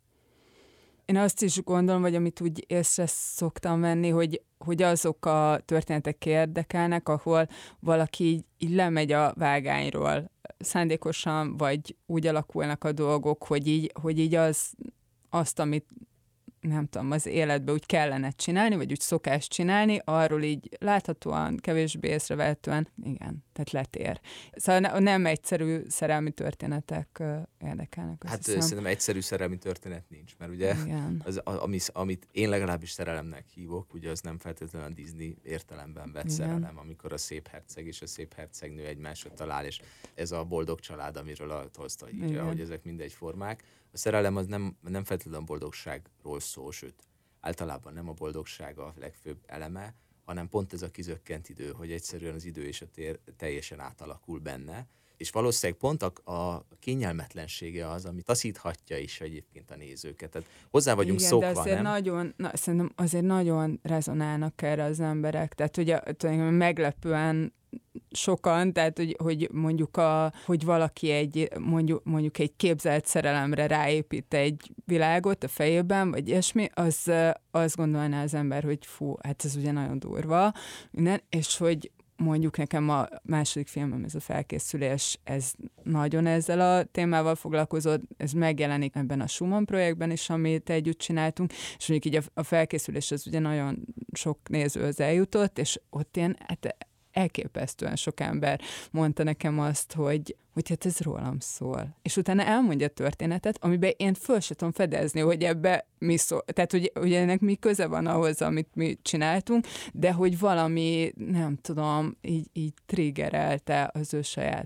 Én azt is gondolom, vagy amit úgy észre szoktam venni, hogy, hogy azok a történetek érdekelnek, ahol valaki így, így lemegy a vágányról szándékosan, vagy úgy alakulnak a dolgok, hogy így, hogy így az, azt, amit nem tudom, az életben úgy kellene csinálni, vagy úgy szokás csinálni, arról így láthatóan, kevésbé észrevehetően, igen, tehát letér. Szóval nem egyszerű szerelmi történetek érdekelnek. Hát hiszem. Szerintem egyszerű szerelmi történet nincs, mert ugye az, amit, amit én legalábbis szerelemnek hívok, ugye az nem feltétlenül a Disney értelemben vett igen. szerelem, amikor a szép herceg és a szép hercegnő egymásra talál, és ez a boldog család, amiről a Tolsztoj írja, igen. hogy ezek mindegy formák. A szerelem az nem, nem feltétlenül a boldogságról szól, sőt, általában nem a boldogság a legfőbb eleme, hanem pont ez a kizökkent idő, hogy egyszerűen az idő és a tér teljesen átalakul benne, és valószínűleg pont a, a kényelmetlensége az, ami taszíthatja is egyébként a nézőket. Tehát hozzá vagyunk igen, szokva, de azért nem? Nagyon, na, szerintem azért nagyon rezonálnak erre az emberek. Tehát ugye meglepően sokan, tehát hogy, hogy mondjuk a, hogy valaki egy mondjuk, mondjuk egy képzelt szerelemre ráépít egy világot a fejében, vagy ilyesmi, az azt gondolná az ember, hogy fú, hát ez ugye nagyon durva, minden, és hogy mondjuk nekem a második filmem, ez a Felkészülés, ez nagyon ezzel a témával foglalkozott, ez megjelenik ebben a Schumann projektben is, amit együtt csináltunk, és mondjuk így a, a Felkészülés az ugye nagyon sok nézőhöz eljutott, és ott ilyen, hát elképesztően sok ember mondta nekem azt, hogy, hogy hát ez rólam szól. És utána elmondja a történetet, amiben én föl se tudom fedezni, hogy ebbe mi szól. Tehát, hogy, hogy ennek mi köze van ahhoz, amit mi csináltunk, de hogy valami, nem tudom, így, így triggerelte az ő saját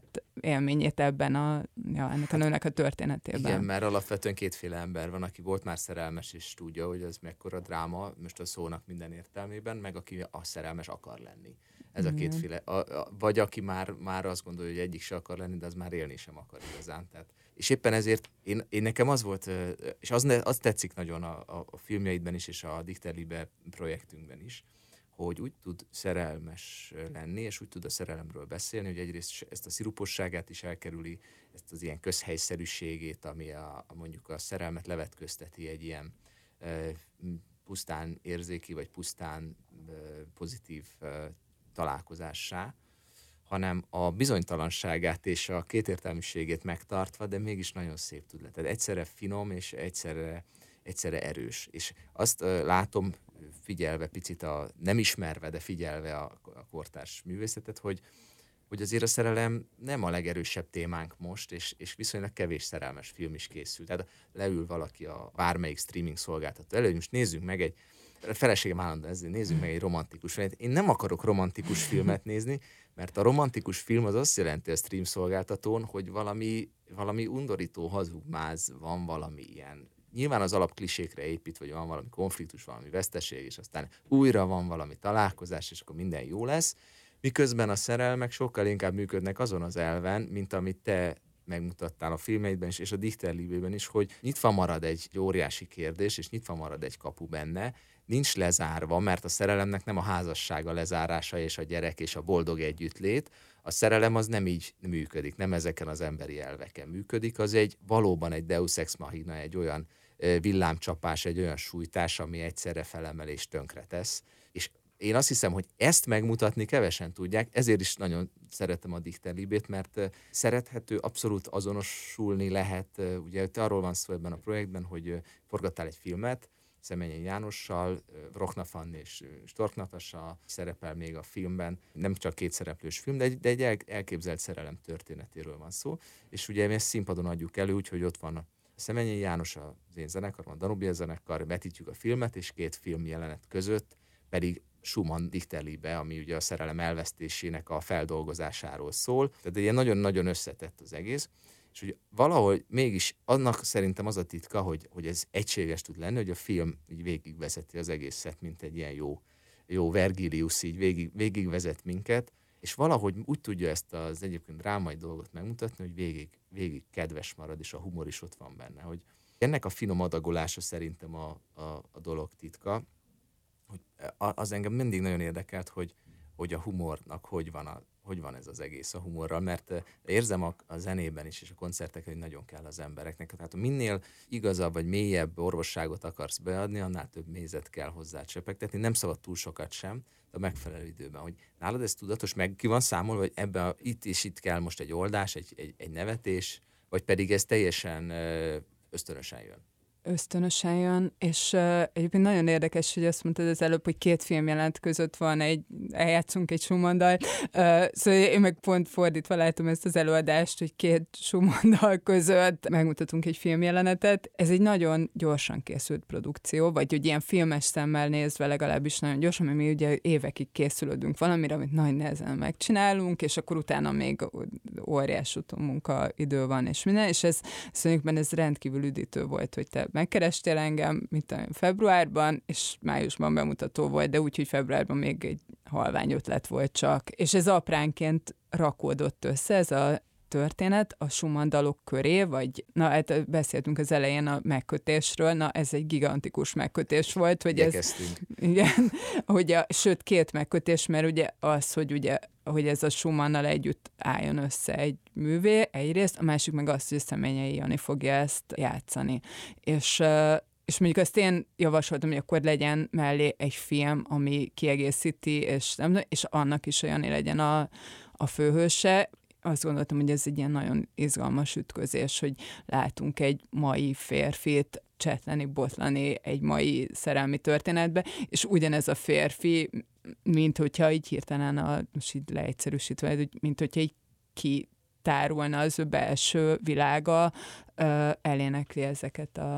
élményét ebben a, ja, ennek a nőnek a történetében. Igen, mert alapvetően kétféle ember van, aki volt már szerelmes, és tudja, hogy ez mekkora dráma, most a szónak minden értelmében, meg aki a szerelmes akar lenni. Ez a kétféle. A, a, vagy aki már, már azt gondolja, hogy egyik se akar lenni, de az már élni sem akar igazán. Tehát, és éppen ezért én, én nekem az volt, és az, az tetszik nagyon a, a, a filmjeidben is, és a Dichterliebe projektünkben is, hogy úgy tud szerelmes lenni, és úgy tud a szerelemről beszélni, hogy egyrészt ezt a sziruposságát is elkerüli, ezt az ilyen közhelyszerűségét, ami a, a mondjuk a szerelmet levetközteti egy ilyen e, pusztán érzéki, vagy pusztán e, pozitív e, találkozássá, hanem a bizonytalanságát és a kétértelműségét megtartva, de mégis nagyon szép tud lenni. Tehát egyszerre finom, és egyszerre, egyszerre erős. És azt e, látom, figyelve picit, a, nem ismerve, de figyelve a, a kortárs művészetet, hogy, hogy azért a szerelem nem a legerősebb témánk most, és, és viszonylag kevés szerelmes film is készül. Tehát leül valaki a bármelyik streaming szolgáltató elő, most nézzünk meg egy, a feleségem állandóan ezért nézzünk meg egy romantikus filmet. Én nem akarok romantikus filmet nézni, mert a romantikus film az azt jelenti a stream szolgáltatón, hogy valami, valami undorító hazugmáz van, valami ilyen. Nyilván az alapklisékre épít, vagy van valami konfliktus, valami veszteség, és aztán újra van valami találkozás, és akkor minden jó lesz. Miközben a szerelmek sokkal inkább működnek azon az elven, mint amit te megmutattál a filmeidben is, és a Dichterliebe-ben is, hogy nyitva marad egy óriási kérdés, és nyitva marad egy kapu benne, nincs lezárva, mert a szerelemnek nem a házasság a lezárása, és a gyerek, és a boldog együttlét. A szerelem az nem így működik, nem ezeken az emberi elveken működik, az egy valóban egy deus ex machina, egy olyan villámcsapás, egy olyan sújtás, ami egyszerre felemel és tönkretesz. És én azt hiszem, hogy ezt megmutatni kevesen tudják, ezért is nagyon szeretem a Dichterliebét, mert szerethető, abszolút azonosulni lehet. Ugye te arról van szó ebben a projektben, hogy forgattál egy filmet, Szemenyei Jánossal, Rochna Fanni és Stork Natasa szerepel még a filmben. Nem csak két szereplős film, de egy, de egy el, elképzelt szerelem történetéről van szó. És ugye mi ezt színpadon adjuk elő, úgyhogy ott van a Szemenyei János, az én zenekarom, a Danubia zenekar, vetítjük a filmet, és két film jelenet között pedig Schumann Dichterliebe, ami ugye a szerelem elvesztésének a feldolgozásáról szól. Tehát ilyen nagyon-nagyon összetett az egész. És hogy valahogy mégis annak szerintem az a titka, hogy, hogy ez egységes tud lenni, hogy a film így végigvezeti az egészet, mint egy ilyen jó, jó Vergilius, így végig, végigvezet minket, és valahogy úgy tudja ezt az egyébként drámai dolgot megmutatni, hogy végig, végig kedves marad, és a humor is ott van benne. Hogy ennek a finom adagolása szerintem a, a, a dolog titka, hogy az engem mindig nagyon érdekelt, hogy, hogy a humornak hogy van a hogy van ez az egész a humorral, mert érzem a, a zenében is, és a koncerteken, hogy nagyon kell az embereknek. Tehát minél igazabb vagy mélyebb orvosságot akarsz beadni, annál több mézet kell hozzá csepegtetni. Nem szabad túl sokat sem, de a megfelelő időben. Hogy nálad ez tudatos, meg ki van számolva, hogy ebben a, itt és itt kell most egy oldás, egy, egy, egy nevetés, vagy pedig ez teljesen ösztönösen jön? Ösztönösen jön, és uh, egyébként nagyon érdekes, hogy azt mondtad az előbb, hogy két film jelent között van egy, eljátszunk egy Schumann-dal, uh, szóval én meg pont fordítva látom ezt az előadást, hogy két Schumann-dal között megmutatunk egy filmjelenetet. Ez egy nagyon gyorsan készült produkció, vagy hogy ilyen filmes szemmel nézve legalábbis nagyon gyorsan, mert mi ugye évekig készülődünk valamire, amit nagy nehezen megcsinálunk, és akkor utána még óriás munkaidő van, és minden, és ez szerintem ez rendkívül üdítő volt, hogy te megkerestél engem, mint a februárban, és májusban bemutató volt, de úgy, hogy februárban még egy halvány ötlet volt csak. És ez apránként rakódott össze, ez a történet a Schumann dalok köré, vagy na, hát beszéltünk az elején a megkötésről, na ez egy gigantikus megkötés volt, hogy ez, igen, hogy a, sőt két megkötés, mert ugye az, hogy ugye hogy ez a Schumannal együtt álljon össze egy művé, egyrészt, a másik meg az, hogy Szemenyei Jani fogja ezt játszani. És, és mondjuk azt én javasoltam, hogy akkor legyen mellé egy film, ami kiegészíti, és, nem, és annak is olyan legyen a, a főhőse. Azt gondoltam, hogy ez egy ilyen nagyon izgalmas ütközés, hogy látunk egy mai férfit csetleni, botlani egy mai szerelmi történetbe, és ugyanez a férfi, mint hogyha így hirtelen, a, most így leegyszerűsítve, mint hogyha így kitárulna az ő belső világa, elénekli ezeket a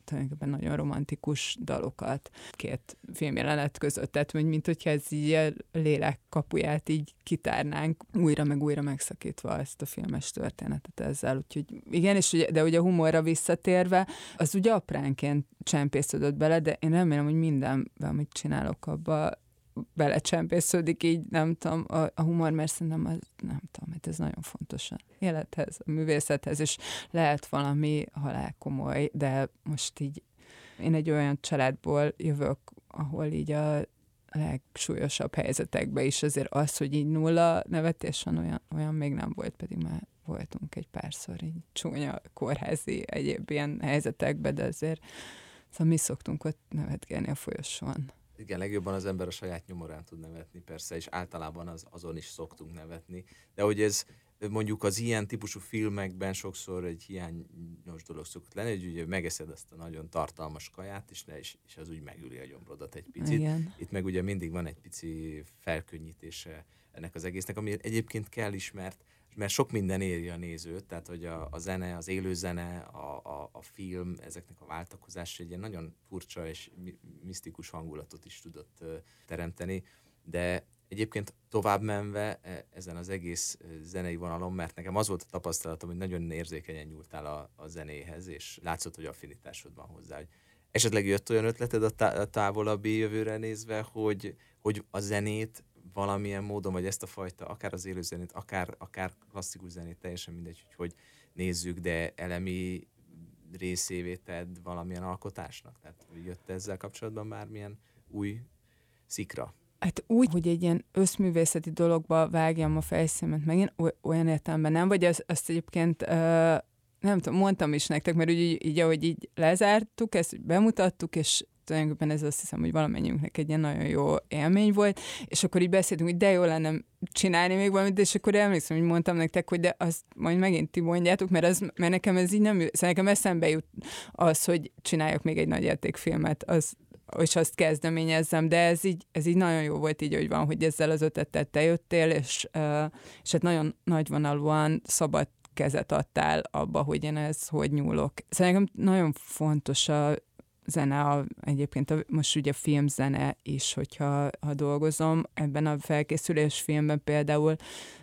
tulajdonképpen nagyon romantikus dalokat két filmjelenet között, tehát mint hogyha ez így a lélek kapuját így kitárnánk, újra meg újra megszakítva ezt a filmes történetet ezzel, úgyhogy igen, és ugye, de ugye a humorra visszatérve, az ugye apránként csempésződött bele, de én remélem, hogy mindenben, amit csinálok, abba belecsempésződik így, nem tudom, a, a humor, mert szerintem az, nem tudom, hogy ez nagyon fontos a élethez, a művészethez, és lehet valami halál komoly, de most így én egy olyan családból jövök, ahol így a legsúlyosabb helyzetekben is azért az, hogy így nulla nevetés van, olyan, olyan még nem volt, pedig már voltunk egy párszor így csúnya kórházi egyéb ilyen helyzetekben, de azért szóval mi szoktunk ott nevetgélni a folyosón. Igen, legjobban az ember a saját nyomorán tud nevetni, persze, és általában az, azon is szoktunk nevetni. De hogy ez mondjuk az ilyen típusú filmekben sokszor egy hiányos dolog szokott lenni, hogy ugye megeszed azt a nagyon tartalmas kaját, és, ne, és, és az úgy megüli a gyomrodat egy picit. Igen. Itt meg ugye mindig van egy pici felkönnyítése ennek az egésznek, ami egyébként kell is, mert mert sok minden éri a nézőt, tehát hogy a, a zene, az élő zene, a, a, a film, ezeknek a váltakozása egy ilyen nagyon furcsa és mi, misztikus hangulatot is tudott uh, teremteni, de egyébként tovább menve ezen az egész zenei vonalon, mert nekem az volt a tapasztalatom, hogy nagyon érzékenyen nyúltál a, a zenéhez, és látszott, hogy affinitásod van hozzá, hogy esetleg jött olyan ötleted a, tá- a távolabbi jövőre nézve, hogy, hogy a zenét valamilyen módon, vagy ezt a fajta, akár az élőzenét, akár, akár klasszikus zenét, teljesen mindegy, hogy hogy nézzük, de elemi részévé tedd valamilyen alkotásnak? Tehát jött ezzel kapcsolatban bármilyen új szikra? Hát úgy, hogy egy ilyen összművészeti dologba vágjam a fejszémet megint, olyan értelemben nem, vagy az, azt egyébként uh, nem tudom, mondtam is nektek, mert így, így ahogy így lezártuk, ezt bemutattuk, és tulajdonképpen ez azt hiszem, hogy valamennyiünknek egy ilyen nagyon jó élmény volt, és akkor így beszéltünk, hogy de jó lenne csinálni még valamit, és akkor emlékszem, hogy mondtam nektek, hogy de azt majd megint ti mondjátok, mert, az, mert nekem ez így nem, szóval nekem eszembe jut az, hogy csináljak még egy nagyjátékfilmet, az, és azt kezdeményezzem, de ez így, ez így nagyon jó volt így, hogy van, hogy ezzel az ötlettel te jöttél, és, és hát nagyon nagyvonalúan szabad kezet adtál abba, hogy én ez hogy nyúlok. Szóval nekem nagyon fontos a zene, a, egyébként a, most ugye filmzene is, hogyha ha dolgozom. Ebben a felkészülés filmben például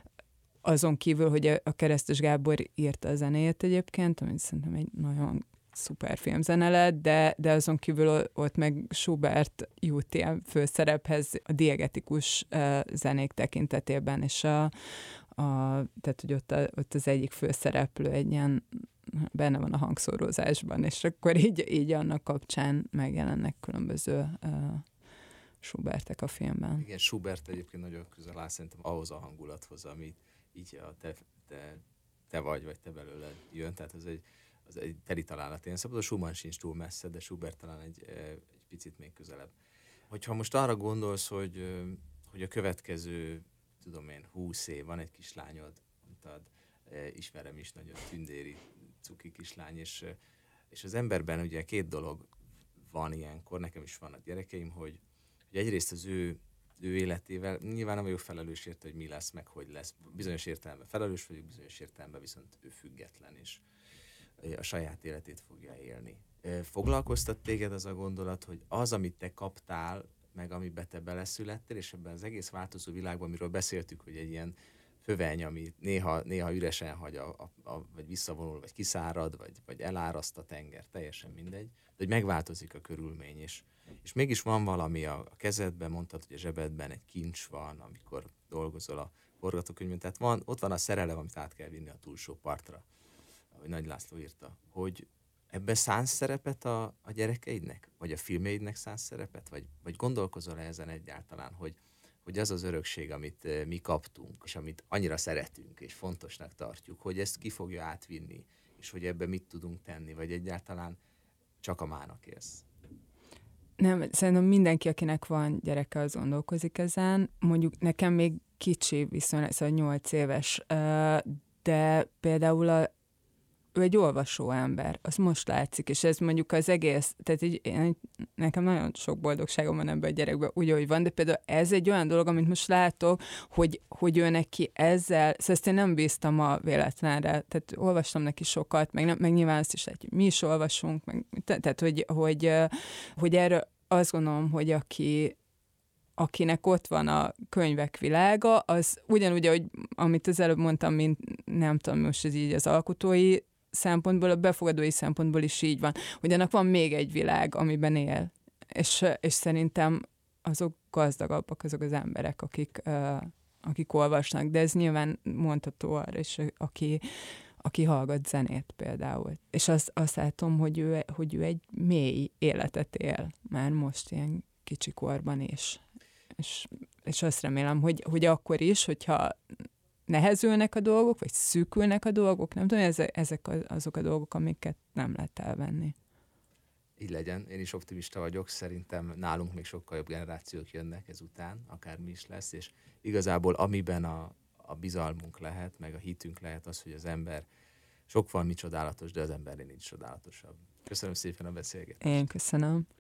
azon kívül, hogy a, a Keresztes Gábor írta a zenéjét egyébként, ami szerintem egy nagyon szuper filmzene lett, de, de azon kívül ott meg Schubert jut ilyen főszerephez a diegetikus uh, zenék tekintetében, és a, a, tehát, hogy ott, a, ott az egyik főszereplő egy ilyen benne van a hangszórozásban, és akkor így, így annak kapcsán megjelennek különböző uh, Schubertek a filmben. Igen, Schubert egyébként nagyon közel áll szerintem ahhoz a hangulathoz, amit így a te, te, te vagy, vagy te belőled jön, tehát ez egy, az egy teli találat. Én szabad, a Schumann sincs túl messze, de Schubert talán egy, egy picit még közelebb. Hogyha most arra gondolsz, hogy, hogy a következő, tudom én, húsz év, van egy kislányod, mondtad, ismerem is, nagyon tündéri, cuki kislány, és, és az emberben ugye két dolog van ilyenkor, nekem is vannak gyerekeim, hogy, hogy egyrészt az ő, ő életével, nyilván nem vagyok felelős érte, hogy mi lesz, meg hogy lesz. Bizonyos értelemben felelős vagyok, bizonyos értelemben viszont ő független, és a saját életét fogja élni. Foglalkoztat téged az a gondolat, hogy az, amit te kaptál, meg amiben te beleszülettél, és ebben az egész változó világban, amiről beszéltük, hogy egy ilyen föveny, ami néha, néha üresen hagy, a, a, a, vagy visszavonul, vagy kiszárad, vagy, vagy eláraszt a tenger, teljesen mindegy, de hogy megváltozik a körülmény, és, és mégis van valami a, a kezedben, mondtad, hogy a zsebedben egy kincs van, amikor dolgozol a forgatókönyvön, tehát van, ott van a szerelem, amit át kell vinni a túlsó partra, ahogy Nagy László írta, hogy ebben szánsz szerepet a, a gyerekeidnek, vagy a filmjeidnek szánsz szerepet, vagy, vagy gondolkozol-e ezen egyáltalán, hogy hogy az az örökség, amit mi kaptunk, és amit annyira szeretünk, és fontosnak tartjuk, hogy ezt ki fogja átvinni, és hogy ebben mit tudunk tenni, vagy egyáltalán csak a mának élsz? Nem, szerintem mindenki, akinek van gyereke, az gondolkozik ezen. Mondjuk nekem még kicsi, viszonylag, szóval nyolc éves, de például a, ő egy olvasó ember, az most látszik, és ez mondjuk az egész, tehát így, én, nekem nagyon sok boldogságom van ebben a gyerekben, úgy, ahogy van, de például ez egy olyan dolog, amit most látok, hogy, hogy ő neki ezzel, szóval ezt én nem bíztam a véletlenre, tehát olvastam neki sokat, meg, nem, meg nyilván azt is lehet, hogy mi is olvasunk, meg, tehát hogy, hogy, hogy erről azt gondolom, hogy aki akinek ott van a könyvek világa, az ugyanúgy, ahogy amit az előbb mondtam, mint nem tudom, most ez így az alkotói szempontból, a befogadói szempontból is így van, hogy annak van még egy világ, amiben él. És, és szerintem azok gazdagabbak, azok az emberek, akik, uh, akik olvasnak, de ez nyilván mondható arra, és aki, aki hallgat zenét például. És azt, azt látom, hogy ő, hogy ő egy mély életet él, már most ilyen kicsikorban is. És, és azt remélem, hogy, hogy akkor is, hogyha nehezülnek a dolgok, vagy szűkülnek a dolgok, nem tudom, ezek, ezek azok a dolgok, amiket nem lehet elvenni. Így legyen, én is optimista vagyok, szerintem nálunk még sokkal jobb generációk jönnek ezután, akármi is lesz, és igazából amiben a, a bizalmunk lehet, meg a hitünk lehet az, hogy az ember sok van mi csodálatos, de az embernél nincs csodálatosabb. Köszönöm szépen a beszélgetést. Én köszönöm.